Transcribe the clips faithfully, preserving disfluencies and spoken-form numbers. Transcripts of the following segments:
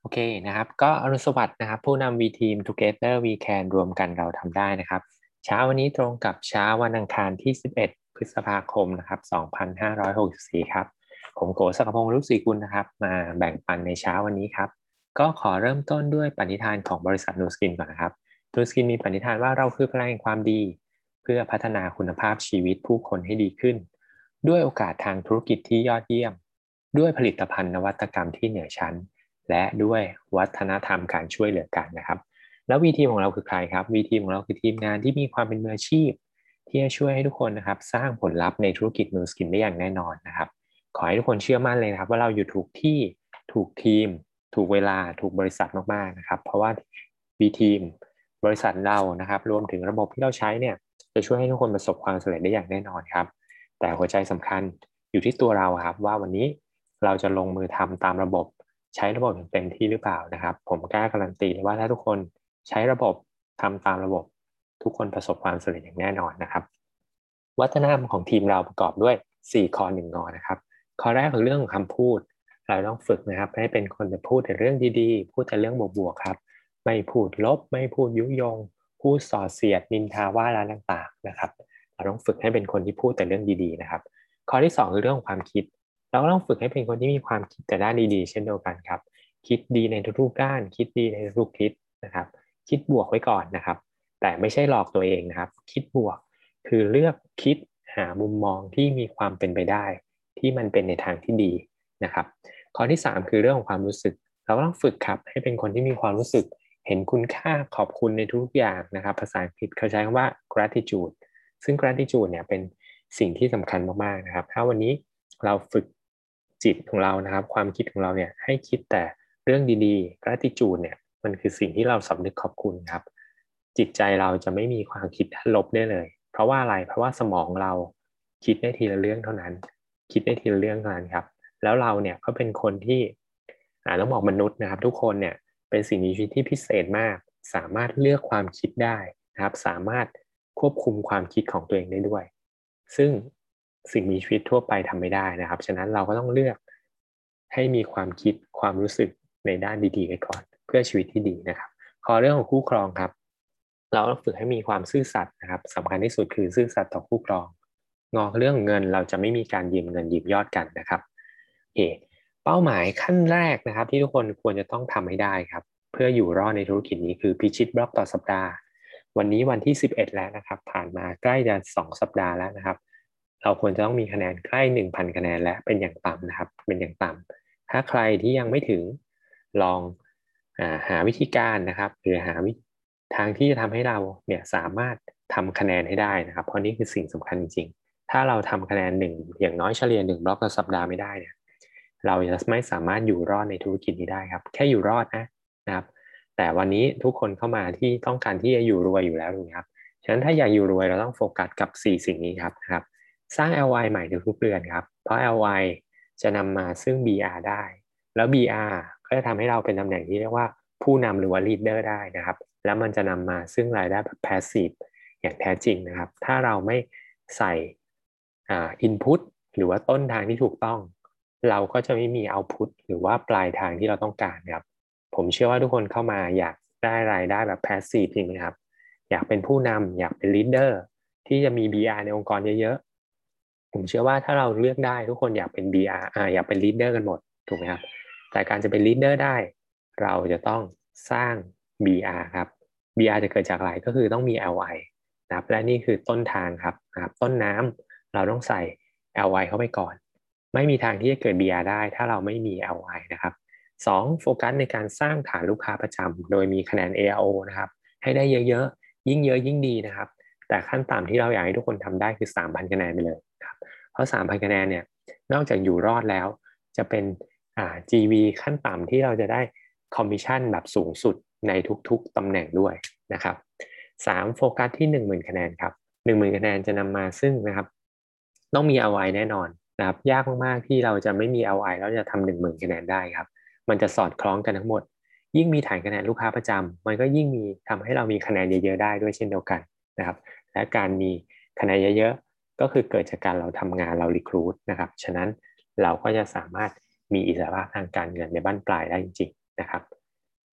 โอเคนะครับก็อรุณสวัสดิ์นะครับผู้นำ V Team Together We Can รวมกันเราทำได้นะครับเช้าวันนี้ตรงกับเช้าวันอังคารที่สิบเอ็ดพฤษภาคมนะครับสองพันห้าร้อยหกสิบสี่ครับผมโกศักดิ์พงศ์รุศรีกุลนะครับมาแบ่งปันในเช้าวันนี้ครับก็ขอเริ่มต้นด้วยปณิธานของบริษัทนูสกินก่อนนะครับนูสกินมีปณิธานว่าเราคือพลังแห่งความดีเพื่อพัฒนาคุณภาพชีวิตผู้คนให้ดีขึ้นด้วยโอกาสทางธุรกิจที่ยอดเยี่ยมด้วยผลิตภัณฑ์นวัตกรรมที่เหนือชั้นและด้วยวัฒนธรรมการช่วยเหลือกันนะครับแล้ววีทีมของเราคือใครครับวีทีมของเราคือทีมงานที่มีความเป็นมืออาชีพที่จะช่วยให้ทุกคนนะครับสร้างผลลัพธ์ในธุรกิจนูสกินได้อย่างแน่นอนนะครับขอให้ทุกคนเชื่อมั่นเลยนะครับว่าเราอยู่ถูกที่ถูกทีมถูกเวลาถูกบริษัทมากๆนะครับเพราะว่าวีทีมบริษัทเรานะครับรวมถึงระบบที่เราใช้เนี่ยจะช่วยให้ทุกคนประสบความสำเร็จได้อย่างแน่นอนครับแต่หัวใจสำคัญอยู่ที่ตัวเราครับว่าวันนี้เราจะลงมือทำตามระบบใช้ระบบอย่างเต็มที่หรือเปล่านะครับผมกล้าการันตีเลยว่าถ้าทุกคนใช้ระบบทำตามระบบทุกคนประสบความสำเร็จอย่างแน่นอนนะครับวัฒนธรรมของทีมเราประกอบด้วยสี่ข้อหนึ่งงอนะครับข้อแรกคือเรื่องของคำพูดเราต้องฝึกนะครับให้เป็นคนจะพูดแต่เรื่องดีๆพูดแต่เรื่องบวกๆครับไม่พูดลบไม่พูดยุยงพูดส่อเสียดนินทาว่าร้ายต่างๆนะครับเราต้องฝึกให้เป็นคนที่พูดแต่เรื่องดีๆนะครับข้อที่สองคือเรื่องของความคิดเราก็ต้องฝึกให้เป็นคนที่มีความคิดแต่ด้านดีๆเช่นเดียวกันครับคิดดีในทุกๆด้านคิดดีในทุกทิศนะครับคิดบวกไว้ก่อนนะครับแต่ไม่ใช่หลอกตัวเองนะครับคิดบวกคือเลือกคิดหามุมมองที่มีความเป็นไปได้ที่มันเป็นในทางที่ดีนะครับข้อที่สามคือเรื่องของความรู้สึกเราก็ต้องฝึกครับให้เป็นคนที่มีความรู้สึกเห็นคุณค่าขอบคุณในทุกอย่างนะครับภาษาอังกฤษเขาใช้คำว่า gratitude ซึ่ง gratitude เนี่ยเป็นสิ่งที่สำคัญมากๆนะครับถ้าวันนี้เราฝึกจิตของเรานะครับความคิดของเราเนี่ยให้คิดแต่เรื่องดีๆ gratitude เนี่ยมันคือสิ่งที่เราสำนึกขอบคุณครับจิตใจเราจะไม่มีความคิดลบได้เลยเพราะว่าอะไรเพราะว่าสมองเราคิดได้ทีละเรื่องเท่านั้นคิดได้ทีละเรื่องเท่านั้นครับแล้วเราเนี่ยก็เป็นคนที่อ่าต้องบอกมนุษย์นะครับทุกคนเนี่ยเป็นสิ่งมีชีวิตที่พิเศษมากสามารถเลือกความคิดได้นะครับสามารถควบคุมความคิดของตัวเองได้ด้วยซึ่งสิ่งมีชีวิตทั่วไปทำไม่ได้นะครับฉะนั้นเราก็ต้องเลือกให้มีความคิดความรู้สึกในด้านดีๆไว้ก่อนเพื่อชีวิตที่ดีนะครับข้อเรื่องของคู่ครองครับเราต้องฝึกให้มีความซื่อสัตย์นะครับสำคัญที่สุดคือซื่อสัตย์ต่อคู่ครองงอเรื่องเงินเราจะไม่มีการยืมเงินยืมยอดกันนะครับโอเคเป้าหมายขั้นแรกนะครับที่ทุกคนควรจะต้องทำให้ได้ครับเพื่ออยู่รอดในธุรกิจนี้คือพิชิตบล็อกต่อสัปดาห์วันนี้วันที่สิบเอ็ดแล้วนะครับผ่านมาใกล้จะสองสัปดาห์แล้วนะครับเราควรจะต้องมีคะแนนใกล้หนึ่งพันคะแนนและเป็นอย่างต่ำนะครับเป็นอย่างต่ำถ้าใครที่ยังไม่ถึงลองอาหาวิธีการนะครับหรือหาวิทางที่จะทำให้เราเนี่ยสามารถทำคะแนนให้ได้นะครับเพราะนี่คือสิ่งสำคัญจริงๆถ้าเราทำคะแนนหนึ่งอย่างน้อยเฉลี่ยหนึ่งบล็อกต่อสัปดาห์ไม่ได้เนี่ยเราจะไม่สามารถอยู่รอดในธุรกิจนี้ได้ครับแค่อยู่รอดนะนะครับแต่วันนี้ทุกคนเข้ามาที่ต้องการที่จะอยู่รวยอยู่แล้วนะครับฉะนั้นถ้าอยากอยู่รวยเราต้องโฟกัสกับสี่สิ่งนี้ครับนะครับสร้าง แอล วาย ใหม่ทุกๆเดือนครับเพราะ แอล วาย จะนำมาซึ่ง บี อาร์ ได้แล้ว บี อาร์ ก็จะทำให้เราเป็นตำแหน่งที่เรียกว่าผู้นำหรือว่า leader ได้นะครับแล้วมันจะนำมาซึ่งรายได้แบบ passive อย่างแท้จริงนะครับถ้าเราไม่ใส่อ่า input หรือว่าต้นทางที่ถูกต้องเราก็จะไม่มี output หรือว่าปลายทางที่เราต้องการครับผมเชื่อว่าทุกคนเข้ามาอยากได้รายได้แบบ passive จริงไหมครับอยากเป็นผู้นำอยากเป็น leader ที่จะมี บี อาร์ ในองค์กรเยอะๆผมเชื่อว่าถ้าเราเลือกได้ทุกคนอยากเป็น บี อาร์ อ่าอยากเป็น leader กันหมดถูกไหมครับแต่การจะเป็น leader ได้เราจะต้องสร้าง บี อาร์ ครับ บี อาร์ จะเกิดจากอะไรก็คือต้องมี แอล ไอ นะครับและนี่คือต้นทางครับนะครับต้นน้ำเราต้องใส่ แอล ไอ เข้าไปก่อนไม่มีทางที่จะเกิด บี อาร์ ได้ถ้าเราไม่มี แอล ไอ นะครับสองโฟกัสในการสร้างฐานลูกค้าประจำโดยมีคะแนน เอ อาร์ โอ นะครับให้ได้เยอะๆยิ่งเยอะยิ่งดีนะครับแต่ขั้นต่ำที่เราอยากให้ทุกคนทำได้คือ สามพัน คะแนนไปเลยครับเพราะ สามพัน คะแนนเนี่ยนอกจากอยู่รอดแล้วจะเป็นอ่า จี วี ขั้นต่ำที่เราจะได้คอมมิชชั่นแบบสูงสุดในทุกๆตำแหน่งด้วยนะครับสามโฟกัสที่หนึ่งหมื่นคะแนนครับหนึ่งหมื่นคะแนนจะนำมาซึ่งนะครับต้องมี แอล ไอ แน่นอนนะครับยากมากๆที่เราจะไม่มี แอล ไอ แล้วจะทำหนึ่งหมื่นคะแนนได้ครับมันจะสอดคล้องกันทั้งหมดยิ่งมีฐานคะแนนลูกค้าประจำมันก็ยิ่งมีทำให้เรามีคะแนนเยอะๆได้ด้วยเช่นเดียวกันนะครับและการมีคะแนนเยอะๆก็คือเกิดจากการเราทำงานเรารีครูทนะครับฉะนั้นเราก็จะสามารถมีอิสรภาพทางการเงินในบั้นปลายได้จริงๆนะครับ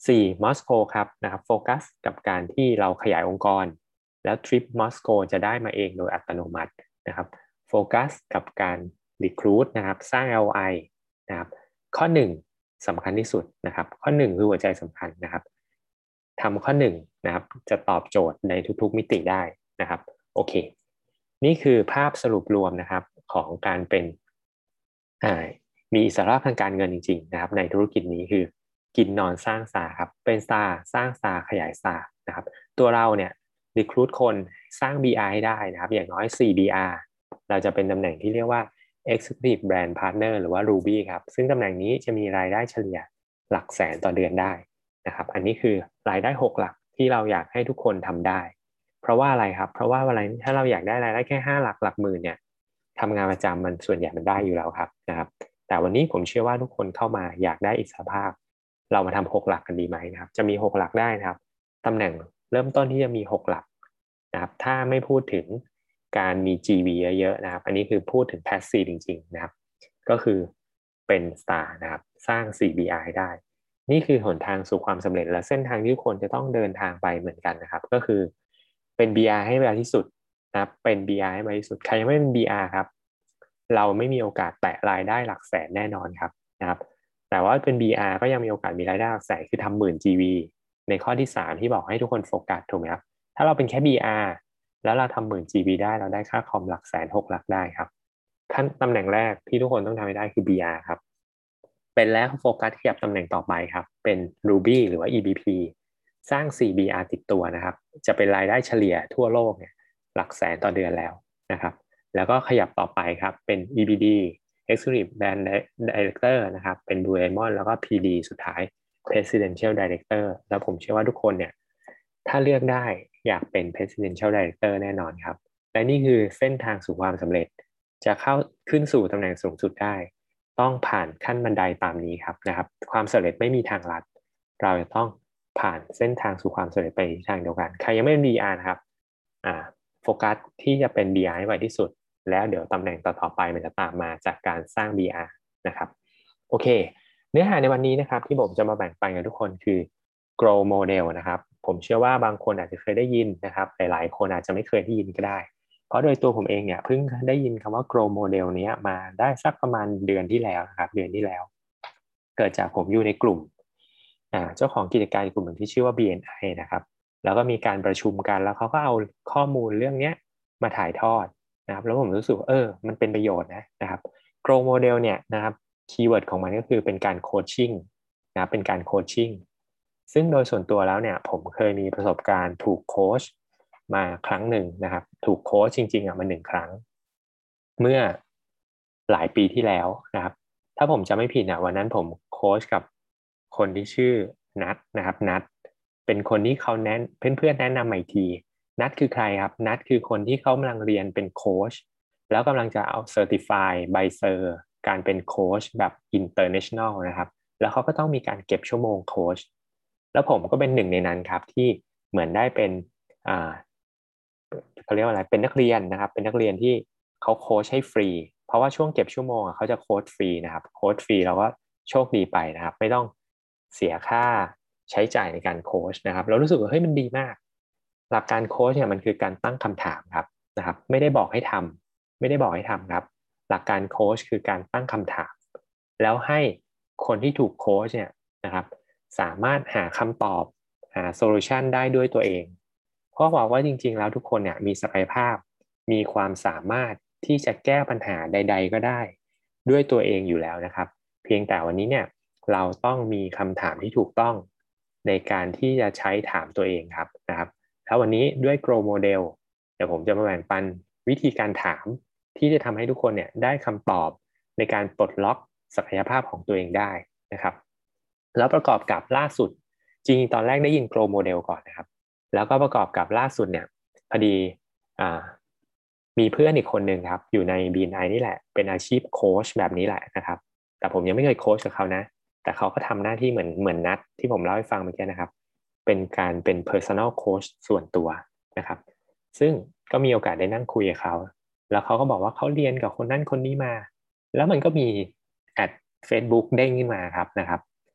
สี่มอสโกครับนะครับโฟกัสกับการที่เราขยายองค์กรแล้วทริปมอสโกจะได้มาเองโดยอัตโนมัตินะครับโฟกัสกับการ recruit นะครับสร้าง แอล โอ ไอ นะครับข้อหนึ่งสำคัญที่สุดนะครับข้อหนึ่งคือหัวใจสำคัญนะครับทำข้อหนึ่งนะครับจะตอบโจทย์ในทุกๆมิติได้นะครับโอเคนี่คือภาพสรุปรวมนะครับของการเป็นอ่ามีอิสระทางการเงินจริงๆนะครับในธุรกิจนี้คือกินนอนสร้างสตาร์ครับเป็นสตาร์สร้างสตาร์ขยายสตาร์นะครับตัวเราเนี่ยรีครูทคนสร้าง บี อาร์ ให้ได้นะครับอย่างน้อยสี่ บี อาร์ เราจะเป็นตำแหน่งที่เรียกว่า Executive Brand Partner หรือว่า Ruby ครับซึ่งตำแหน่งนี้จะมีรายได้เฉลี่ยหลักแสนต่อเดือนได้นะครับอันนี้คือรายได้หกหลักที่เราอยากให้ทุกคนทำได้เพราะว่าอะไรครับเพราะว่าอะไรถ้าเราอยากได้รายได้แค่ห้าหลักหลักหมื่นเนี่ยทำงานประจำมันส่วนใหญ่มันได้อยู่แล้วครับนะครับแต่วันนี้ผมเชื่อว่าทุกคนเข้ามาอยากได้อิสรภาพเรามาทำหกหลักกันดีไหมนะครับจะมีหกหลักได้นะครับตำแหน่งเริ่มต้นที่จะมีหกหลักนะครับถ้าไม่พูดถึงการมี จี วี เยอะๆนะครับอันนี้คือพูดถึง passive จริงๆนะครับก็คือเป็น star นะครับสร้าง ซี บี อาร์ ได้นี่คือหนทางสู่ความสำเร็จและเส้นทางที่ทุกคนจะต้องเดินทางไปเหมือนกันนะครับก็คือเป็น บี อาร์ ให้ไวที่สุดนะครับเป็น บี อาร์ ให้ไวที่สุดใครยังไม่เป็น บี อาร์ ครับเราไม่มีโอกาสแตะรายได้หลักแสนแน่นอนครับนะครับแต่ว่าเป็น บี อาร์ ก็ยังมีโอกาสมีรายได้หลักแสนคือทำหมื่น จี วี ในข้อที่สามที่บอกให้ทุกคนโฟกัสถูกไหมครับถ้าเราเป็นแค่ บี อาร์ แล้วเราทำหมื่น จี วี ได้เราได้ค่าคอมหลักแสนหกหลักได้ครับขั้นตำแหน่งแรกที่ทุกคนต้องทำให้ได้คือ บี อาร์ ครับเป็นแล้วโฟกัสขยับตำแหน่งต่อไปครับเป็น Ruby หรือว่า อี บี พี สร้าง สี่ บี อาร์ ติดตัวนะครับจะเป็นรายได้เฉลี่ยทั่วโลกเนี่ยหลักแสนต่อเดือนแล้วนะครับแล้วก็ขยับต่อไปครับเป็น อี บี ดี Executive Brand Director นะครับเป็น Blue Diamond แล้วก็ พี ดี สุดท้าย Presidential Director แล้วผมเชื่อว่าทุกคนเนี่ยถ้าเลือกได้อยากเป็น Presidential Director แน่นอนครับและนี่คือเส้นทางสู่ความสำเร็จจะเข้าขึ้นสู่ตำแหน่งสูงสุดได้ต้องผ่านขั้นบันไดตามนี้ครับนะครับความสำเร็จไม่มีทางลัดเราจะต้องผ่านเส้นทางสู่ความสำเร็จไปทางเดียวกันใครยังไม่เป็น บี อาร์ นะครับอ่าโฟกัสที่จะเป็น บี อาร์ ให้ไวที่สุดแล้วเดี๋ยวตำแหน่งต่อๆไปมันจะตามมาจากการสร้าง บี อาร์ นะครับโอเคเนื้อหาในวันนี้นะครับที่ผมจะมาแบ่งปันกับทุกคนคือ grow model นะครับผมเชื่อว่าบางคนอาจจะเคยได้ยินนะครับหลายๆคนอาจจะไม่เคยได้ยินก็ได้เพราะโดยตัวผมเองเนี่ยเพิ่งได้ยินคำว่า grow model นี้มาได้สักประมาณเดือนที่แล้วนะครับเดือนที่แล้วเกิดจากผมอยู่ในกลุ่มเจ้าของกิจการกลุ่มหนึ่งที่ชื่อว่า บี เอ็น ไอ นะครับแล้วก็มีการประชุมกันแล้วเขาก็เอาข้อมูลเรื่องนี้มาถ่ายทอดนะครับแล้วผมรู้สึกเออมันเป็นประโยชน์นะนะครับ grow model เนี่ยนะครับคีย์เวิร์ดของมันก็คือเป็นการโคชชิ่งนะเป็นการโคชชิ่งซึ่งโดยส่วนตัวแล้วเนี่ยผมเคยมีประสบการณ์ถูกโค้ชมาครั้งหนึ่งนะครับถูกโค้ชจริงๆอ่ะมาหนึ่งครั้งเมื่อหลายปีที่แล้วนะครับถ้าผมจะไม่ผิดนะวันนั้นผมโค้ชกับคนที่ชื่อนัทนะครับนัทเป็นคนที่เขาแนะเพื่อนๆแนะนำมาอีกทีนัทคือใครครับนัทคือคนที่เขากำลังเรียนเป็นโค้ชแล้วกำลังจะเอาเซอร์ติฟายใบเซอร์การเป็นโค้ชแบบ international นะครับแล้วเขาก็ต้องมีการเก็บชั่วโมงโค้ชแล้วผมก็เป็นหนึ่งในนั้นครับที่เหมือนได้เป็นอ่าเขาเรียกว่าอะไรเป็นนักเรียนนะครับเป็นนักเรียนที่เขาโค้ชให้ฟรีเพราะว่าช่วงเก็บชั่วโมงเขาจะโค้ชฟรีนะครับโค้ชฟรีเราก็โชคดีไปนะครับไม่ต้องเสียค่าใช้จ่ายในการโค้ชนะครับเรารู้สึกว่าเฮ้ยมันดีมากหลักการโค้ชเนี่ยมันคือการตั้งคำถามครับนะครับไม่ได้บอกให้ทำไม่ได้บอกให้ทำครับหลักการโค้ชคือการตั้งคำถามแล้วให้คนที่ถูกโค้ชเนี่ยนะครับสามารถหาคำตอบหาโซลูชันได้ด้วยตัวเองเพราะบอกว่าจริงๆแล้วทุกคนเนี่ยมีศักยภาพมีความสามารถที่จะแก้ปัญหาใดๆก็ได้ด้วยตัวเองอยู่แล้วนะครับเพียงแต่วันนี้เนี่ยเราต้องมีคำถามที่ถูกต้องในการที่จะใช้ถามตัวเองครับนะครับแล้ววันนี้ด้วย Grow Model เดี๋ยวผมจะมาแบ่งปันวิธีการถามที่จะทำให้ทุกคนเนี่ยได้คำตอบในการปลดล็อกศักยภาพของตัวเองได้นะครับแล้วประกอบกับล่าสุดจริงตอนแรกได้ยิน Grow Model ก่อนนะครับแล้วก็ประกอบกับล่าสุดเนี่ยพอดีอ่ามีเพื่อนอีกคนหนึ่งครับอยู่ใน บี เอ็น ไอ นี่แหละเป็นอาชีพโค้ชแบบนี้แหละนะครับแต่ผมยังไม่เคยโค้ชกับเขานะแต่เขาก็ทำหน้าที่เหมือนเหมือนนัดที่ผมเล่าให้ฟังเมื่อกี้นะครับเป็นการเป็น personal coach ส่วนตัวนะครับซึ่งก็มีโอกาสได้นั่งคุยกับเขาแล้วเขาก็บอกว่าเขาเรียนกับคนนั้นคนนี้มาแล้วมันก็มีแอด Facebook เด้งขึ้นมาครับนะครับ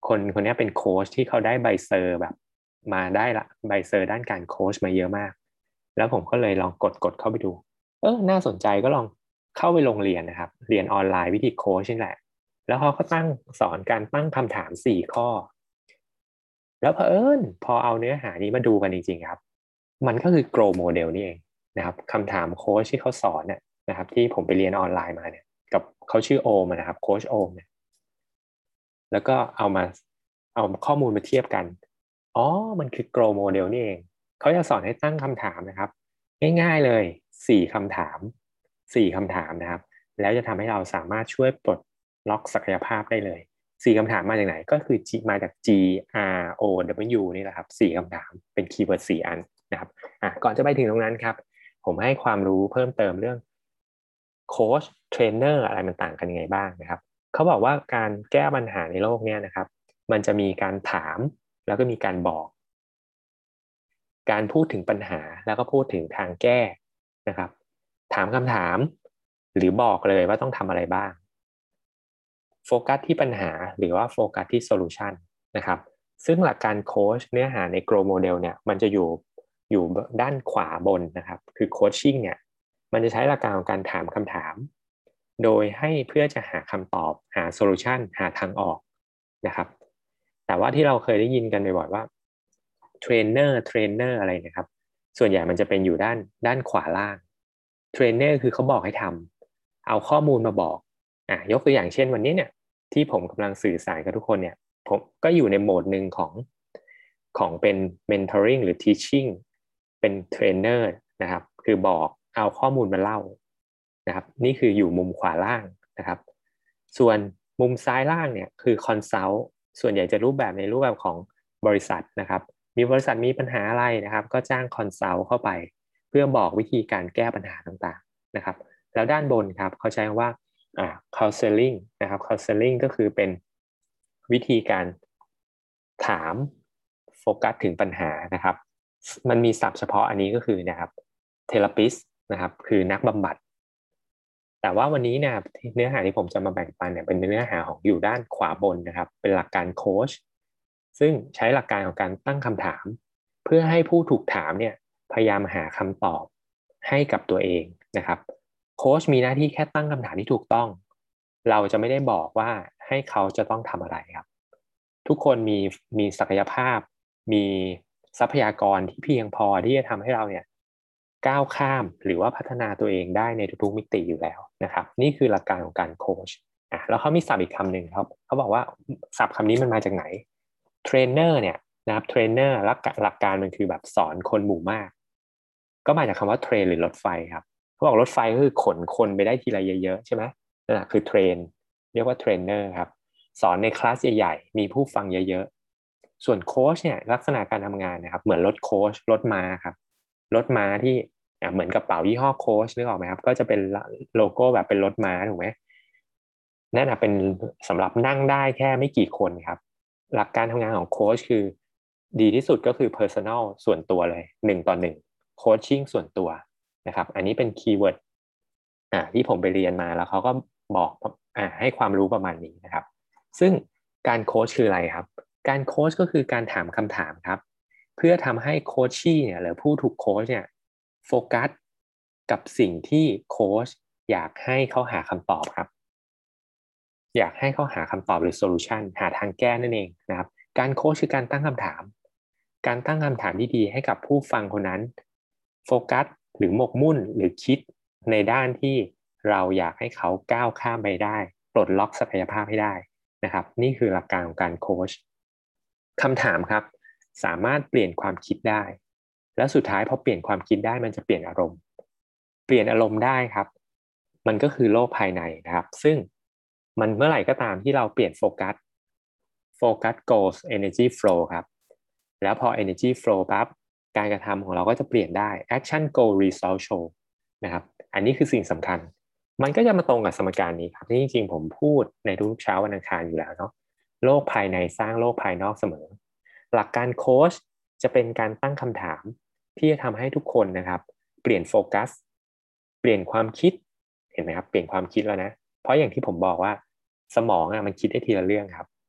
คนคนนี้เป็นโค้ชที่เขาได้ใบเซอร์แบบมาได้ละใบเซอร์ด้านการโค้ชมาเยอะมากแล้วผมก็เลยลองกดกดเข้าไปดูเออน่าสนใจก็ลองเข้าไปลงเรียนนะครับเรียนออนไลน์วิธีโค้ชนี่แหละแล้วเขาก็ตั้งสอนการตั้งคำถามสี่ข้อแล้วเผอิญพอเอาเนื้อหานี้มาดูกันจริงๆครับมันก็คือ grow model นี่เองนะครับคำถามโค้ชที่เขาสอนเนี่ยนะครับที่ผมไปเรียนออนไลน์มาเนี่ยกับเขาชื่อโอมนะครับโค้ชโอมเนี่ยแล้วก็เอามาเอาข้อมูลมาเทียบกันอ๋อมันคือ grow model นี่เองเขาจะสอนให้ตั้งคำถามนะครับง่ายๆเลยสี่คำถามสี่คำถามนะครับแล้วจะทำให้เราสามารถช่วยปลดล็อกศักยภาพได้เลยสี่คำถามมาจากไหนก็คือ G มาจาก G R O W นี่แหละครับสี่คำถามเป็นคีย์เวิร์ดสี่อันนะครับอ่ะก่อนจะไปถึงตรงนั้นครับผมให้ความรู้เพิ่มเติมเรื่องโค้ชเทรนเนอร์อะไรมันต่างกันยังไงบ้างนะครับเขาบอกว่าการแก้ปัญหาในโลกนี้นะครับมันจะมีการถามแล้วก็มีการบอกการพูดถึงปัญหาแล้วก็พูดถึงทางแก้นะครับถามคำถามหรือบอกเลยว่าต้องทำอะไรบ้างโฟกัสที่ปัญหาหรือว่าโฟกัสที่โซลูชันนะครับซึ่งหลักการโค้ชเนื้อหาใน Grow Model เนี่ยมันจะอยู่อยู่ด้านขวาบนนะครับคือโคชชิ่งเนี่ยมันจะใช้หลักการของการถามคำถามโดยให้เพื่อจะหาคำตอบหาโซลูชันหาทางออกนะครับแต่ว่าที่เราเคยได้ยินกันบ่อยๆว่าเทรนเนอร์เทรนเนอร์อะไรนะครับส่วนใหญ่มันจะเป็นอยู่ด้านด้านขวาล่างเทรนเนอร์คือเขาบอกให้ทำเอาข้อมูลมาบอกอ่ะยกตัวอย่างเช่นวันนี้เนี่ยที่ผมกำลังสื่อสารกับทุกคนเนี่ยผมก็อยู่ในโหมดหนึ่งของของเป็น mentoring หรือ teaching เป็นเทรนเนอร์นะครับคือบอกเอาข้อมูลมาเล่านะครับนี่คืออยู่มุมขวาล่างนะครับส่วนมุมซ้ายล่างเนี่ยคือคอนซัลท์ส่วนใหญ่จะรูปแบบในรูปแบบของบริษัทนะครับมีบริษัทมีปัญหาอะไรนะครับก็จ้างคอนซัลท์เข้าไปเพื่อบอกวิธีการแก้ปัญหาต่างๆนะครับแล้วด้านบนครับเขาใช้คำว่าอ่า counseling นะครับ counseling ก็คือเป็นวิธีการถามโฟกัสถึงปัญหานะครับมันมีศัพท์เฉพาะอันนี้ก็คือนะครับ therapist นะครับคือนักบำบัดแต่ว่าวันนี้เนี่ยเนื้อหาที่ผมจะมาแบ่งปันเนี่ยเป็นเนื้อหาของอยู่ด้านขวาบนนะครับเป็นหลักการโค้ชซึ่งใช้หลักการของการตั้งคำถามเพื่อให้ผู้ถูกถามเนี่ยพยายามหาคำตอบให้กับตัวเองนะครับโค้ชมีหน้าที่แค่ตั้งคำถามที่ถูกต้องเราจะไม่ได้บอกว่าให้เขาจะต้องทำอะไรครับทุกคนมีมีศักยภาพมีทรัพยากรที่เพียงพอที่จะทำให้เราเนี่ยก้าวข้ามหรือว่าพัฒนาตัวเองได้ในทุกๆมิติอยู่แล้วนะครับนี่คือหลักการของการโค้ชอ่ะแล้วเขามีศัพท์อีกคำหนึ่งครับเขาบอกว่าศัพท์คำนี้มันมาจากไหนเทรนเนอร์เนี่ยนะครับเทรนเนอร์หลักหลักการมันคือแบบสอนคนหมู่มากก็มาจากคำว่าเทรนหรือรถไฟครับเขาบอกรถไฟก็คือขนคนไปได้ทีละเยอะๆใช่ไหมนั่นแหละคือเทรนเรียกว่าเทรนเนอร์ครับสอนในคลาสใหญ่ๆมีผู้ฟังเยอะๆส่วนโค้ชเนี่ยลักษณะการทำงานนะครับเหมือนรถโค้ชรถม้าครับรถม้าที่เหมือนกระเป๋ายี่ห้อโค้ชนึกออกไหมครับก็จะเป็นโลโก้แบบเป็นรถม้าถูกไหมนั่นเป็นสำหรับนั่งได้แค่ไม่กี่คนครับหลักการทำงานของโค้ชคือดีที่สุดก็คือ personal ส่วนตัวเลยหนึ่งต่อหนึ่งโคชชิ่งส่วนตัวนะครับอันนี้เป็นคีย์เวิร์ดอ่าที่ผมไปเรียนมาแล้วเขาก็บอกอ่าให้ความรู้ประมาณนี้นะครับซึ่งการโค้ชคืออะไรครับการโค้ชก็คือการถามคำถามครับเพื่อทำให้โค้ชชี่เนี่ยหรือผู้ถูกโค้ชเนี่ยโฟกัสกับสิ่งที่โค้ชอยากให้เขาหาคำตอบครับอยากให้เขาหาคำตอบหรือโซลูชันหาทางแก้นั่นเองนะครับการโค้ชคือการตั้งคำถามการตั้งคำถามที่ดีให้กับผู้ฟังคนนั้นโฟกัสหรือหมกมุ่นหรือคิดในด้านที่เราอยากให้เขาก้าวข้ามไปได้ปลดล็อกศักยภาพให้ได้นะครับนี่คือหลักการของการโค้ชคำถามครับสามารถเปลี่ยนความคิดได้และสุดท้ายพอเปลี่ยนความคิดได้มันจะเปลี่ยนอารมณ์เปลี่ยนอารมณ์ได้ครับมันก็คือโลกภายในนะครับซึ่งมันเมื่อไหร่ก็ตามที่เราเปลี่ยนโฟกัสโฟกัส goals energy flow ครับแล้วพอ energy flow ปั๊บการกระทำของเราก็จะเปลี่ยนได้ action goal result show นะครับอันนี้คือสิ่งสำคัญมันก็จะมาตรงกับสมการนี้ครับที่จริงๆผมพูดในทุกๆเช้าวันอังคารอยู่แล้วเนาะโลกภายในสร้างโลกภายนอกเสมอหลักการโค้ชจะเป็นการตั้งคำถามที่จะทำให้ทุกคนนะครับเปลี่ยนโฟกัสเปลี่ยนความคิดเห็นไหมครับเปลี่ยนความคิดแล้วนะเพราะอย่างที่ผมบอกว่าสมองอ่ะมันคิดได้ทีละเรื่องครับ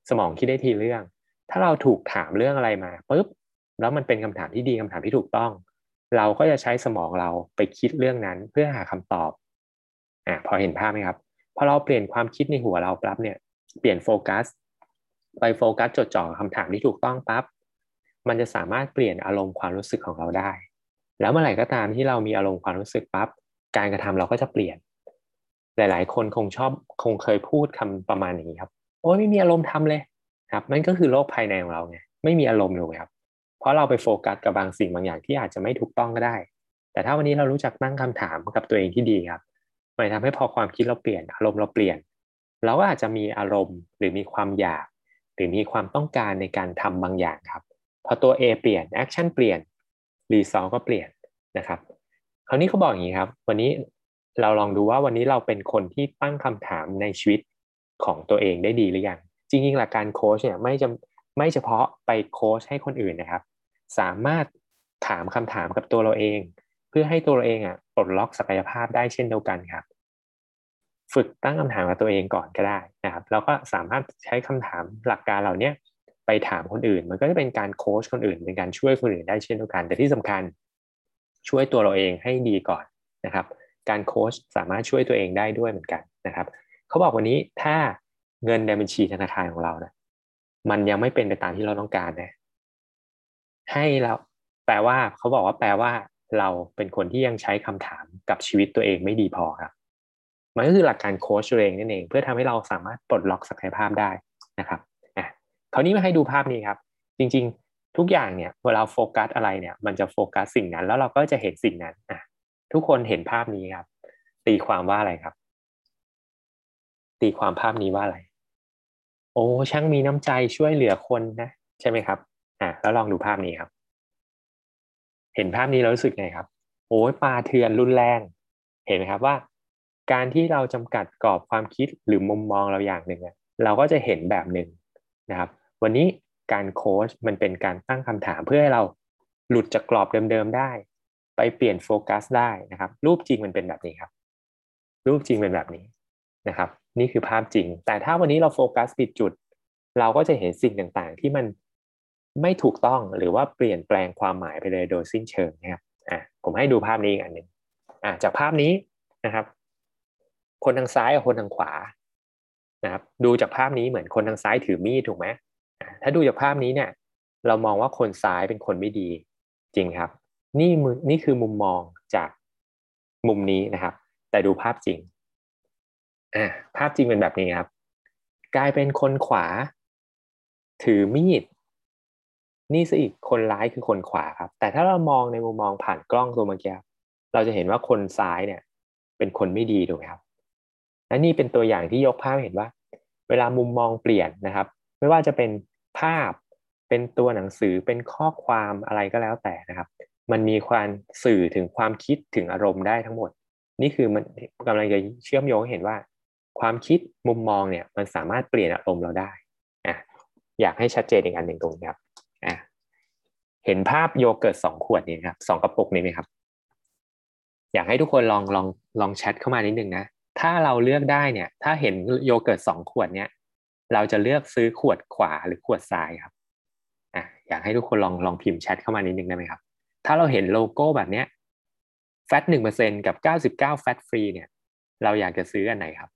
สมองคิดได้ทีเรื่องถ้าเราถูกถามเรื่องอะไรมาปุ๊บแล้วมันเป็นคำถามที่ดีคำถามที่ถูกต้องเราก็จะใช้สมองเราไปคิดเรื่องนั้นเพื่อหาคำตอบอ่าพอเห็นภาพไหมครับพอเราเปลี่ยนความคิดในหัวเราปั๊บเนี่ยเปลี่ยนโฟกัสไปโฟกัสจดจ่อคำถามที่ถูกต้องปั๊บมันจะสามารถเปลี่ยนอารมณ์ความรู้สึกของเราได้แล้วเมื่อไหร่ก็ตามที่เรามีอารมณ์ความรู้สึกปั๊บการกระทำเราก็จะเปลี่ยนหลายๆคนคงชอบคงเคยพูดคำประมาณอย่างนี้ครับโอ้ยไม่มีอารมณ์ทำเลยครับนั่นก็คือโลกภายในของเราไงไม่มีอารมณ์เลยครับเพราะเราไปโฟกัสกับบางสิ่งบางอย่างที่อาจจะไม่ถูกต้องก็ได้แต่ถ้าวันนี้เรารู้จักตั้งคำถามกับตัวเองที่ดีครับมันทำให้พอความคิดเราเปลี่ยนอารมณ์เราเปลี่ยนเราก็อาจจะมีอารมณ์หรือมีความอยากหรือมีความต้องการในการทำบางอย่างครับพอตัว A เปลี่ยนแอคชั่นเปลี่ยน result ก็เปลี่ยนนะครับคราวนี้เขาบอกอย่างนี้ครับวันนี้เราลองดูว่าวันนี้เราเป็นคนที่ตั้งคำถามในชีวิตของตัวเองได้ดีหรือยังจริงๆหลักการโค้ชเนี่ยไม่จะไม่เฉพาะไปโค้ชให้คนอื่นนะครับสามารถถามคำถามกับตัวเราเองเพื่อให้ตัวเราเองอ่ะปลดล็อกศักยภาพได้เช่นเดียวกันครับฝึกตั้งคำถามกับตัวเองก่อนก็ได้นะครับแล้วก็สามารถใช้คำถามหลักการเหล่านี้ไปถามคนอื่นมันก็จะเป็นการโค้ชคนอื่นเป็นการช่วยคนอื่นได้เช่นเดียวกันแต่ที่สำคัญช่วยตัวเราเองให้ดีก่อนนะครับการโค้ชสามารถช่วยตัวเองได้ด้วยเหมือนกันนะครับเขาบอกวันนี้ถ้าเงินในบัญชีธนาคารของเรานะมันยังไม่เป็นไปตามที่เราต้องการนะให้เราแปลว่าเขาบอกว่าแปลว่าเราเป็นคนที่ยังใช้คำถามกับชีวิตตัวเองไม่ดีพอครับมันก็คือหลักการโค้ชตัวเองนั่นเองเพื่อทำให้เราสามารถปลดล็อกศักยภาพได้นะครับอ่ะคราวนี้มาให้ดูภาพนี้ครับจริงๆทุกอย่างเนี่ยเวลาโฟกัสอะไรเนี่ยมันจะโฟกัสสิ่งนั้นแล้วเราก็จะเห็นสิ่งนั้นอ่ะทุกคนเห็นภาพนี้ครับตีความว่าอะไรครับตีความภาพนี้ว่าอะไรโอ้ช่างมีน้ำใจช่วยเหลือคนนะใช่ไหมครับอ่ะแล้วลองดูภาพนี้ครับ เห็นภาพนี้เรารู้สึกไงครับโอ้ยปลาเถื่อนรุนแรงเห็นไหมครับว่าการที่เราจำกัดกรอบความคิดหรือมุมมองเราอย่างหนึ่งเราก็จะเห็นแบบหนึ่งนะครับวันนี้การโค้ชมันเป็นการตั้งคำถามเพื่อให้เราหลุดจากกรอบเดิมๆได้ไปเปลี่ยนโฟกัสได้นะครับรูปจริงมันเป็นแบบนี้ครับรูปจริงเป็นแบบนี้นะครับนี่คือภาพจริงแต่ถ้าวันนี้เราโฟกัสผิดจุดเราก็จะเห็นสิ่งต่างๆที่มันไม่ถูกต้องหรือว่าเปลี่ยนแปลงความหมายไปเลยโดยสิ้นเชิงนะครับอ่ะผมให้ดูภาพนี้อีกอันหนึ่งอ่ะจากภาพนี้นะครับคนทางซ้ายกับคนทางขวานะครับดูจากภาพนี้เหมือนคนทางซ้ายถือมีดถูกไหมอ่ะถ้าดูจากภาพนี้เนี่ยเรามองว่าคนซ้ายเป็นคนไม่ดีจริงครับนี่มือนี่คือมุมมองจากมุมนี้นะครับแต่ดูภาพจริงอ่ะภาพจริงเป็นแบบนี้ครับกลายเป็นคนขวาถือมีด นี่ซะอีกคนร้ายคือคนขวาครับแต่ถ้าเรามองในมุมมองผ่านกล้องตัวเมื่อกี้เราจะเห็นว่าคนซ้ายเนี่ยเป็นคนไม่ดีถูกไหมครับและนี่เป็นตัวอย่างที่ยกภาพเห็นว่าเวลามุมมองเปลี่ยนนะครับไม่ว่าจะเป็นภาพเป็นตัวหนังสือเป็นข้อความอะไรก็แล้วแต่นะครับมันมีความสื่อถึงความคิดถึงอารมณ์ได้ทั้งหมดนี่คือมันกำลังจะเชื่อมโยงให้เห็นว่าความคิดมุมมองเนี่ยมันสามารถเปลี่ยนอารมณ์เราได้อ่ะอยากให้ชัดเจนอีกอันหนึ่งตรงนี้ครับ อ่ะเห็นภาพโยเกิร์ตสองขวดนี้ครับสองกระปุกนี้ไหมครับอยากให้ทุกคนลองลองลองแชทเข้ามานิดนึงนะถ้าเราเลือกได้เนี่ยถ้าเห็นโยเกิร์ตสองขวดเนี้ยเราจะเลือกซื้อขวดขวาหรือขวดซ้ายครับอ่ะอยากให้ทุกคนลองลองพิมพ์แชทเข้ามานิดนึงได้ไหมครับถ้าเราเห็นโลโก้แบบเนี้ยแฟตหนึ่งเปอร์เซ็นต์กับเก้าสิบเก้าแฟตฟรีเนี่ยเราอยากจะซื้ออันไหนครับ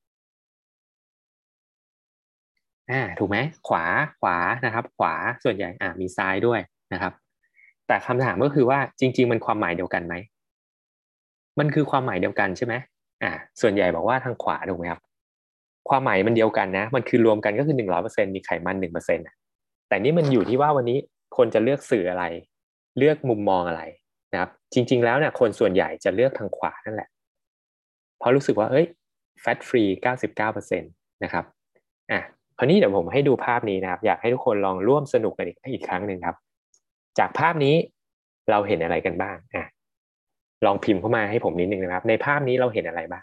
อ่าถูกไหมขวาขวานะครับขวาส่วนใหญ่อ่ามีซ้ายด้วยนะครับแต่คำถามก็คือว่าจริงๆมันความหมายเดียวกันไหม มันคือความหมายเดียวกันใช่ไหมอ่าส่วนใหญ่บอกว่าทางขวาถูกไหมครับความหมายมันเดียวกันนะมันคือรวมกันก็คือหนึ่งร้อยเปอร์เซ็นต์มีไขมันหนึ่งเปอร์เซ็นต์แต่นี่มันอยู่ที่ว่าวันนี้คนจะเลือกสื่ออะไรเลือกมุมมองอะไรนะครับจริงๆแล้วเนี่ยคนส่วนใหญ่จะเลือกทางขวานั่นแหละเพราะรู้สึกว่าเอ้ยแฟตฟรีเก้าสิบเก้าเปอร์เซ็นต์นะครับอ่ะคราวนี้เดี๋ยวผมให้ดูภาพนี้นะครับอยากให้ทุกคนลองร่วมสนุกกันอีกอีกครั้งหนึ่งครับจากภาพนี้เราเห็นอะไรกันบ้างอ่ะ ลองพิมพ์เข้ามาให้ผมนิดนึงนะครับในภาพนี้เราเห็นอะไรบ้าง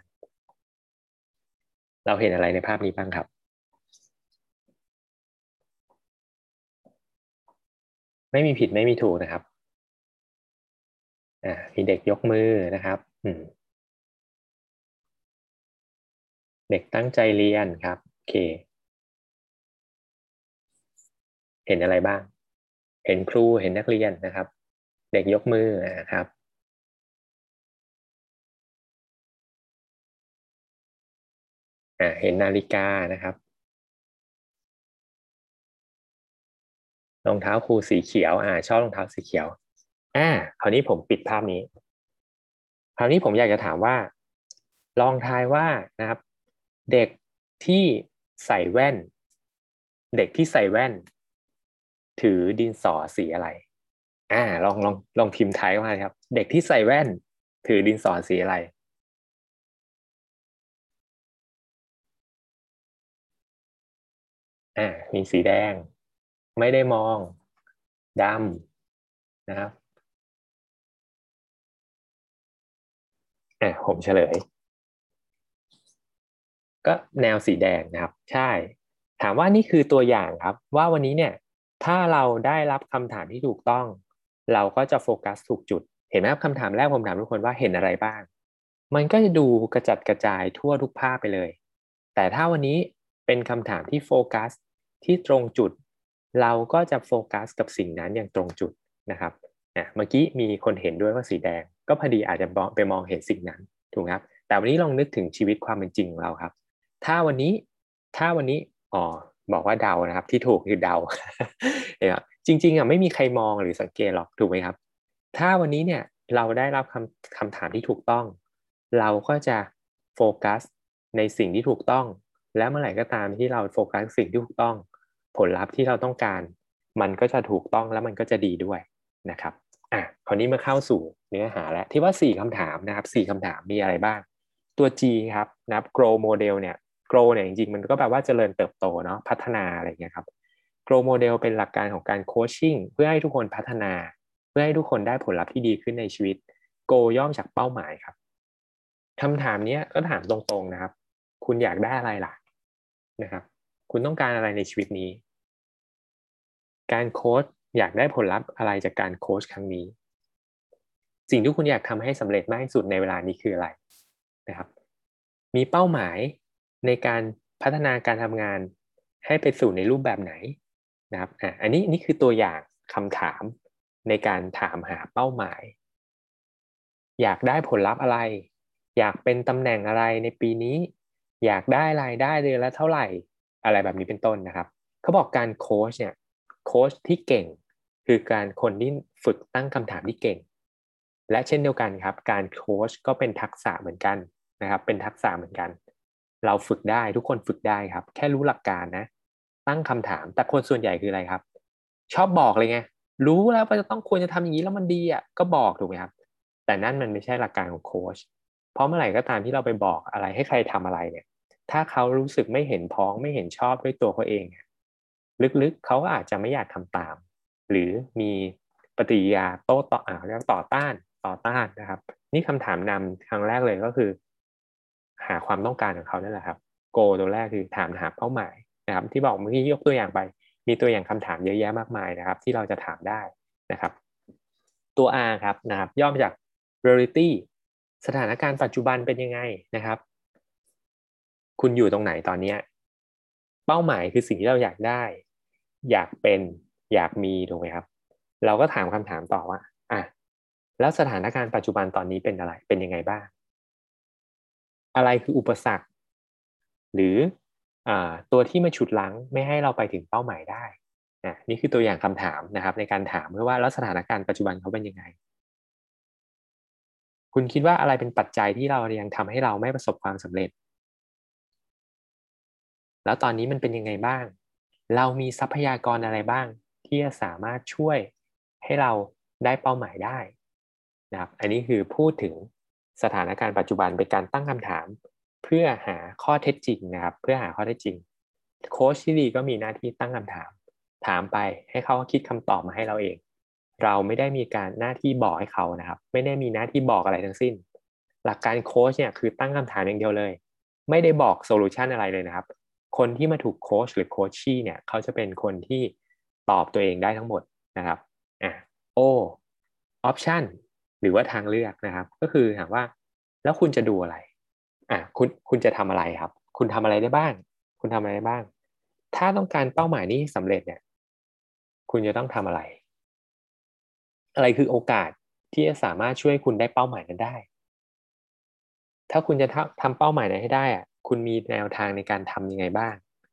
เราเห็นอะไรในภาพนี้บ้างครับไม่มีผิดไม่มีถูกนะครับอ่ามีเด็กยกมือนะครับอืมเด็กตั้งใจเรียนครับโอเคเห็นอะไรบ้างเห็นครูเห็นนักเรียนนะครับเด็กยกมือนะครับอ่าเห็นนาฬิกานะครับรองเท้าครูสีเขียวอ่าชอบรองเท้าสีเขียวอ่าคราวนี้ผมปิดภาพนี้คราวนี้ผมอยากจะถามว่าลองทายว่านะครับเด็กที่ใส่แว่นเด็กที่ใส่แว่นถือดินสอสีอะไรอ่าลองลองลองพิมพ์ทายมาครับเด็กที่ใส่แว่นถือดินสอสีอะไรอ่ามีสีแดงไม่ได้มองดำนะครับอ่าผมเฉลย ก็แนวสีแดงนะครับใช่ถามว่านี่คือตัวอย่างครับว่าวันนี้เนี่ยถ้าเราได้รับคำถามที่ถูกต้องเราก็จะโฟกัสถูกจุดเห็นไหมครับคำถามแรกผมถามทุกคนว่าเห็นอะไรบ้างมันก็จะดูกระจัดกระจายทั่วทุกภาพไปเลยแต่ถ้าวันนี้เป็นคำถามที่โฟกัสที่ตรงจุดเราก็จะโฟกัสกับสิ่งนั้นอย่างตรงจุดนะครับเนี่ยเมื่อกี้มีคนเห็นด้วยว่าสีแดงก็พอดีอาจจะไปมองเห็นสิ่งนั้นถูกไหมครับแต่วันนี้ลองนึกถึงชีวิตความเป็นจริงของเราครับ ถ้าวันนี้ถ้าวันนี้อ๋อบอกว่าเดานะครับที่ถูกคือเดาเนี่ยจริงๆอ่ะไม่มีใครมองหรือสังเกตหรอกถูกไหมครับถ้าวันนี้เนี่ยเราได้รับคำคำถามที่ถูกต้องเราก็จะโฟกัสในสิ่งที่ถูกต้องและเมื่อไหร่ก็ตามที่เราโฟกัสสิ่งที่ถูกต้องผลลัพธ์ที่เราต้องการมันก็จะถูกต้องและมันก็จะดีด้วยนะครับอ่ะคราวนี้มาเข้าสู่เนื้อหาแล้วที่ว่าสี่คำถามนะครับสี่คำถามมีอะไรบ้าง ตัว G ครับนะครับ grow model เนี่ย grow เนี่ยจริงๆมันก็แปลว่าเจริญเติบโตเนาะพัฒนาอะไรอย่างเงี้ยครับ grow model เป็นหลักการของการโคชชิ่งเพื่อให้ทุกคนพัฒนาเพื่อให้ทุกคนได้ผลลัพธ์ที่ดีขึ้นในชีวิต goal ย่อมจากเป้าหมายครับคำถามนี้ก็ถามตรงๆนะครับคุณอยากได้อะไรล่ะนะครับคุณต้องการอะไรในชีวิตนี้การโค้ชอยากได้ผลลัพธ์อะไรจากการโค้ชครั้งนี้สิ่งที่คุณอยากทำให้สำเร็จมากที่สุดในเวลานี้คืออะไรนะครับมีเป้าหมายในการพัฒนาการทำงานให้ไปสู่ในรูปแบบไหนนะครับอ่ะอันนี้นี่คือตัวอย่างคำถามในการถามหาเป้าหมายอยากได้ผลลัพธ์อะไรอยากเป็นตำแหน่งอะไรในปีนี้อยากได้รายได้เดือนละเท่าไหร่อะไรแบบนี้เป็นต้นนะครับเขาบอกการโค้ชเนี่ยโค้ชที่เก่งคือการคนที่ฝึกตั้งคำถามที่เก่งและเช่นเดียวกันครับการโค้ชก็เป็นทักษะเหมือนกันนะครับเป็นทักษะเหมือนกันเราฝึกได้ทุกคนฝึกได้ครับแค่รู้หลักการนะตั้งคำถามแต่คนส่วนใหญ่คืออะไรครับชอบบอกเลยไงรู้แล้วว่าจะต้องควรจะทำอย่างนี้แล้วมันดีอ่ะก็บอกถูกไหมครับแต่นั่นมันไม่ใช่หลักการของโค้ชเพราะเมื่อไหร่ก็ตามที่เราไปบอกอะไรให้ใครทำอะไรเนี่ยถ้าเขารู้สึกไม่เห็นพ้องไม่เห็นชอบด้วยตัวเขาเองลึกๆเขาก็อาจจะไม่อยากทำตามหรือมีปฏิกิริยาโต้ตอบอ่าเรียกต่อต้านต่อต้านนะครับนี่คำถามนำครั้งแรกเลยก็คือหาความต้องการของเขานั่นแหละครับโกตัวแรกคือถามหาเป้าหมายนะครับที่บอกเมื่อกี้ยกตัวอย่างไปมีตัวอย่างคำถามเยอะแยะมากมายนะครับที่เราจะถามได้นะครับตัว R ครับนะครับย่อมาจาก reality สถานการณ์ปัจจุบันเป็นยังไงนะครับคุณอยู่ตรงไหนตอนนี้เป้าหมายคือสิ่งที่เราอยากได้อยากเป็นอยากมีถูกไหมครับเราก็ถามคำถามต่อว่าอ่ะแล้วสถานการณ์ปัจจุบันตอนนี้เป็นอะไรเป็นยังไงบ้างอะไรคืออุปสรรคหรืออ่าตัวที่มาฉุดรั้งไม่ให้เราไปถึงเป้าหมายได้นะนี่คือตัวอย่างคำถามนะครับในการถามเพื่อว่าแล้วสถานการณ์ปัจจุบันเขาเป็นยังไงคุณคิดว่าอะไรเป็นปัจจัยที่เรายังทำให้เราไม่ประสบความสำเร็จ แล้วตอนนี้มันเป็นยังไงบ้าง เรามีทรัพยากรอะไรบ้างที่จะสามารถช่วยให้เราได้เป้าหมายได้นะครับอันนี้คือพูดถึงสถานการณ์ปัจจุบันเป็นการตั้งคำถามเพื่อหาข้อเท็จจริงนะครับเพื่อหาข้อเท็จจริงโค้ชที่ดีก็มีหน้าที่ตั้งคำถามถามไปให้เขาคิดคำตอบมาให้เราเองเราไม่ได้มีการหน้าที่บอกให้เขานะครับไม่ได้มีหน้าที่บอกอะไรทั้งสิ้นหลักการโค้ชเนี่ยคือตั้งคำถามอย่างเดียวเลยไม่ได้บอกโซลูชันอะไรเลยนะครับ คนที่มาถูกโค้ชหรือโคชชี่เนี่ยเขาจะเป็นคนที่ตอบตัวเองได้ทั้งหมดนะครับอ่ะโอออปชันหรือว่าทางเลือกนะครับก็คือถามว่าแล้วคุณจะดูอะไรอ่ะคุณคุณจะทำอะไรครับคุณทำอะไรได้บ้างคุณทำอะไรได้บ้างถ้าต้องการเป้าหมายนี้สำเร็จเนี่ยคุณจะต้องทำอะไรอะไรคือโอกาสที่จะสามารถช่วยคุณได้เป้าหมายนั้นได้ถ้าคุณจะทำเป้าหมายนั้นให้ได้อ่ะคุณมีแนวทางในการทำยังไงบ้าง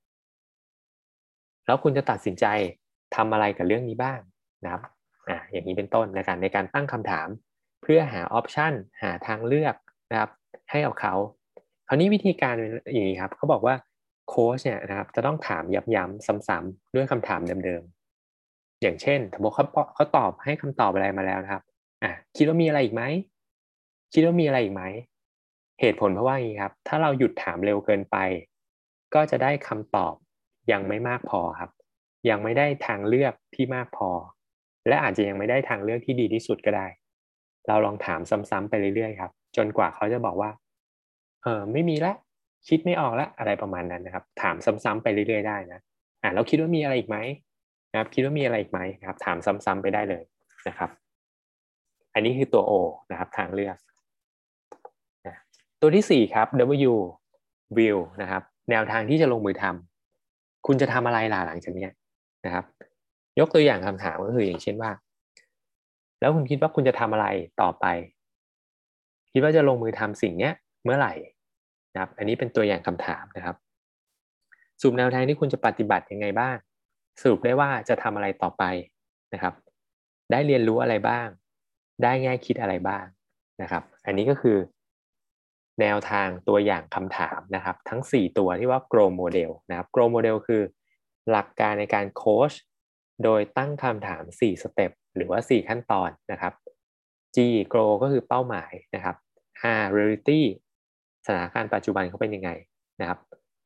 แล้วคุณจะตัดสินใจทำอะไรกับเรื่องนี้บ้างนะครับอ่าอย่างนี้เป็นต้นในการในการตั้งคำถามเพื่อหาออปชันหาทางเลือกนะครับให้กับเขาคราวนี้วิธีการเป็นอย่างนี้ครับเขาบอกว่าโค้ชเนี่ยนะครับจะต้องถามย้ำๆซ้ำๆด้วยคำถามเดิมๆอย่างเช่นสมมติเขาเขาตอบให้คำตอบอะไรมาแล้วนะครับอ่ะคิดว่ามีอะไรอีกไหมคิดว่ามีอะไรอีกไหมเหตุผลเพราะว่าอย่างนี้ครับถ้าเราหยุดถามเร็วเกินไปก็จะได้คำตอบยังไม่มากพอครับยังไม่ได้ทางเลือกที่มากพอและอาจจะยังไม่ได้ทางเลือกที่ดีที่สุดก็ได้เราลองถามซ้ำๆไปเรื่อยๆครับจนกว่าเขาจะบอกว่าเออไม่มีละคิดไม่ออกละอะไรประมาณนั้นนะครับถามซ้ำๆไปเรื่อยๆได้นะอ่าแล้วคิดว่ามีอะไรอีกไหมนะครับคิดว่ามีอะไรอีกไหมนะครับถามซ้ำๆไปได้เลยนะครับอันนี้คือตัว O นะครับทางเลือกนะตัวที่สี่ครับ W will นะครับแนวทางที่จะลงมือทำคุณจะทำอะไรล่ะหลังจากนี้นะครับยกตัวอย่างคำถามก็คืออย่างเช่นว่าแล้วคุณคิดว่าคุณจะทำอะไรต่อไปคิดว่าจะลงมือทำสิ่งนี้เมื่อไหร่นะครับอันนี้เป็นตัวอย่างคำถามนะครับสรุปแนวทางที่คุณจะปฏิบัติยังไงบ้างสรุปได้ว่าจะทำอะไรต่อไปนะครับได้เรียนรู้อะไรบ้างได้แง่คิดอะไรบ้างนะครับอันนี้ก็คือแนวทางตัวอย่างคำถามนะครับทั้งสี่ตัวที่ว่า grow model นะครับ grow model คือหลักการในการโค้ชโดยตั้งคำถามสี่สเต็ปหรือว่าสี่ขั้นตอนนะครับ G grow ก็คือเป้าหมายนะครับ R reality สถานการณ์ปัจจุบันเขาเป็นยังไงนะครับ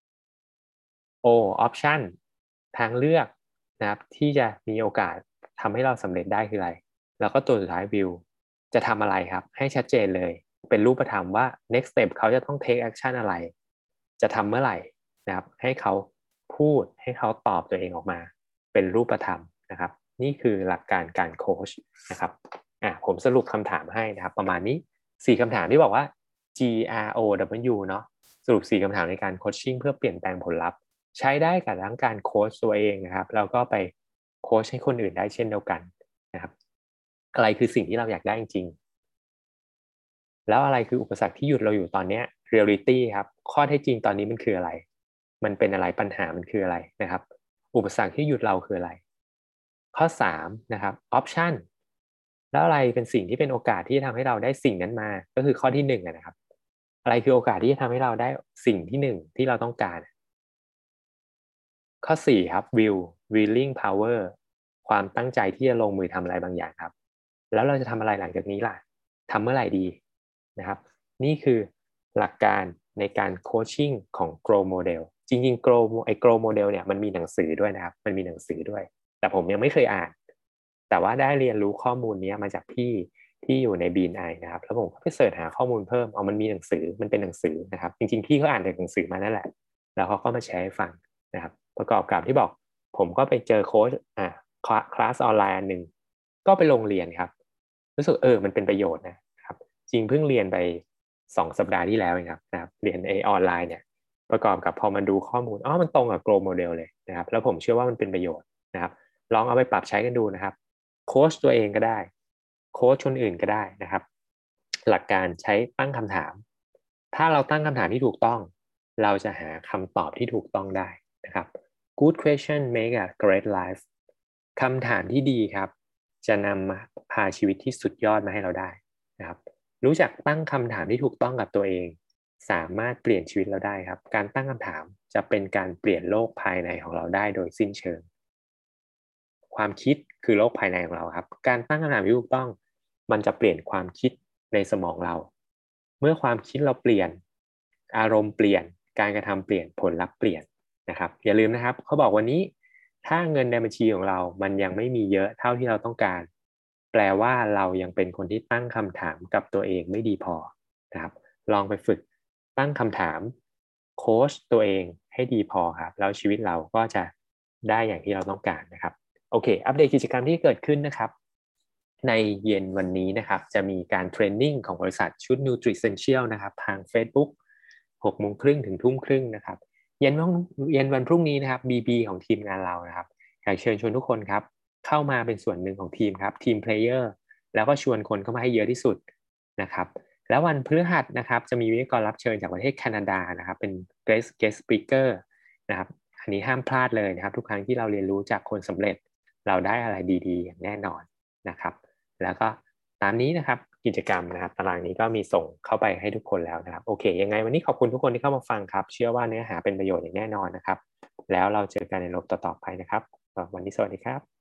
O option ทางเลือกนะครับที่จะมีโอกาสทำให้เราสำเร็จได้คืออะไรแล้วก็ตัวสุดท้าย view จะทำอะไรครับให้ชัดเจนเลยเป็นรูปธรรมว่า next step เขาจะต้อง take action อะไรจะทำเมื่อไหร่นะครับให้เขาพูดให้เขาตอบตัวเองออกมาเป็นรูปธรรมนะครับนี่คือหลักการการโค้ชนะครับอ่ะผมสรุปคำถามให้นะครับประมาณนี้สี่คำถามที่บอกว่า G R O W เนาะสรุปสี่คำถามในการโคชชิ่งเพื่อเปลี่ยนแปลงผลลัพธ์ใช้ได้กับทั้งการโค้ชตัวเองนะครับแล้วก็ไปโค้ชให้คนอื่นได้เช่นเดียวกันนะครับอะไรคือสิ่งที่เราอยากได้จริงๆแล้วอะไรคืออุปสรรคที่หยุดเราอยู่ตอนนี้ reality ครับข้อเท็จจริงตอนนี้มันคืออะไรมันเป็นอะไรปัญหามันคืออะไรนะครับอุปสรรคที่หยุดเราคืออะไรข้อสามนะครับ option แล้วอะไรเป็นสิ่งที่เป็นโอกาสที่จะทำให้เราได้สิ่งนั้นมาก็คือข้อที่หนึ่งนะครับอะไรคือโอกาสที่จะทำให้เราได้สิ่งที่หนึ่งที่เราต้องการข้อสี่ครับ will willing power ความตั้งใจที่จะลงมือทำอะไรบางอย่างครับแล้วเราจะทำอะไรหลังจากนี้ล่ะทำเมื่อไหร่ดีนะครับนี่คือหลักการในการโคชชิ่งของ grow model จริงๆ grow ไอ้ grow model เนี่ยมันมีหนังสือด้วยนะครับมันมีหนังสือด้วยแต่ผมยังไม่เคยอ่านแต่ว่าได้เรียนรู้ข้อมูลนี้มาจากพี่ที่อยู่ใน บี เอ็น ไอ นะครับแล้วผมก็ไปเสิร์ชหาข้อมูลเพิ่มเอามันมีหนังสือมันเป็นหนังสือนะครับจริงๆพี่เขาอ่านจากหนังสือมานั่นแหละแล้วเขาก็มาแชร์ให้ฟังนะครับประกอบกับที่บอกผมก็ไปเจอโค้ชอ่าคลาสออนไลน์อันหนึ่งก็ไปลงเรียนครับรู้สึกเออมันเป็นประโยชน์นะครับจริงเพิ่งเรียนไปสองสัปดาห์ที่แล้วเองครับนะครับเรียนเอออนไลน์เนี่ยประกอบกับพอมาดูข้อมูลอ๋อมันตรงกับ Grow Model เลยนะครับแล้วผมเชื่อว่ามันเป็นประโยชน์นะครับลองเอาไปปรับใช้กันดูนะครับโค้ชตัวเองก็ได้โค้ชคนอื่นก็ได้นะครับหลักการใช้ตั้งคำถามถ้าเราตั้งคำถามที่ถูกต้องเราจะหาคำตอบที่ถูกต้องได้นะครับ Good question make a great life คำถามที่ดีครับจะนำมาพาชีวิตที่สุดยอดมาให้เราได้นะครับรู้จักตั้งคำถามที่ถูกต้องกับตัวเองสามารถเปลี่ยนชีวิตเราได้ครับการตั้งคำถามจะเป็นการเปลี่ยนโลกภายในของเราได้โดยสิ้นเชิงความคิดคือโลกภายในของเราครับการตั้งคำถามที่ถูกต้องมันจะเปลี่ยนความคิดในสมองเราเมื่อความคิดเราเปลี่ยนอารมณ์เปลี่ยนการกระทำเปลี่ยนผลลัพธ์เปลี่ยนนะครับอย่าลืมนะครับเขาบอกวันนี้ถ้าเงินในบัญชีของเรามันยังไม่มีเยอะเท่าที่เราต้องการแปลว่าเรายังเป็นคนที่ตั้งคำถามกับตัวเองไม่ดีพอนะครับลองไปฝึกตั้งคำถามโค้ชตัวเองให้ดีพอครับแล้วชีวิตเราก็จะได้อย่างที่เราต้องการนะครับโอเคอัปเดตกิจกรรมที่เกิดขึ้นนะครับในเย็นวันนี้นะครับจะมีการเทรนนิ่งของบริษัทชุด Nutricential นะครับทาง Facebook หกโมงครึ่งถึงทุ่มครึ่งนะครับเย็นวันเย็นวันพรุ่งนี้นะครับ บี บี ของทีมงานเรานะครับอยากเชิญชวนทุกคนครับเข้ามาเป็นส่วนหนึ่งของทีมครับทีมเพลเยอร์แล้วก็ชวนคนเข้ามาให้เยอะที่สุดนะครับแล้ววันพฤหัสนะครับจะมีวิทยากรรับเชิญจากประเทศแคนาดานะครับเป็น guest guest speaker นะครับอันนี้ห้ามพลาดเลยนะครับทุกครั้งที่เราเรียนรู้จากคนสำเร็จเราได้อะไรดีๆอย่างแน่นอนนะครับแล้วก็ตามนี้นะครับกิจกรรมนะครับตารางนี้ก็มีส่งเข้าไปให้ทุกคนแล้วนะครับโอเคยังไงวันนี้ขอบคุณทุกคนที่เข้ามาฟังครับเชื่อว่าเนื้อหาเป็นประโยชน์อย่างแน่นอนนะครับแล้วเราเจอกันในรอบต่อๆไปนะครับวันนี้สวัสดีครับ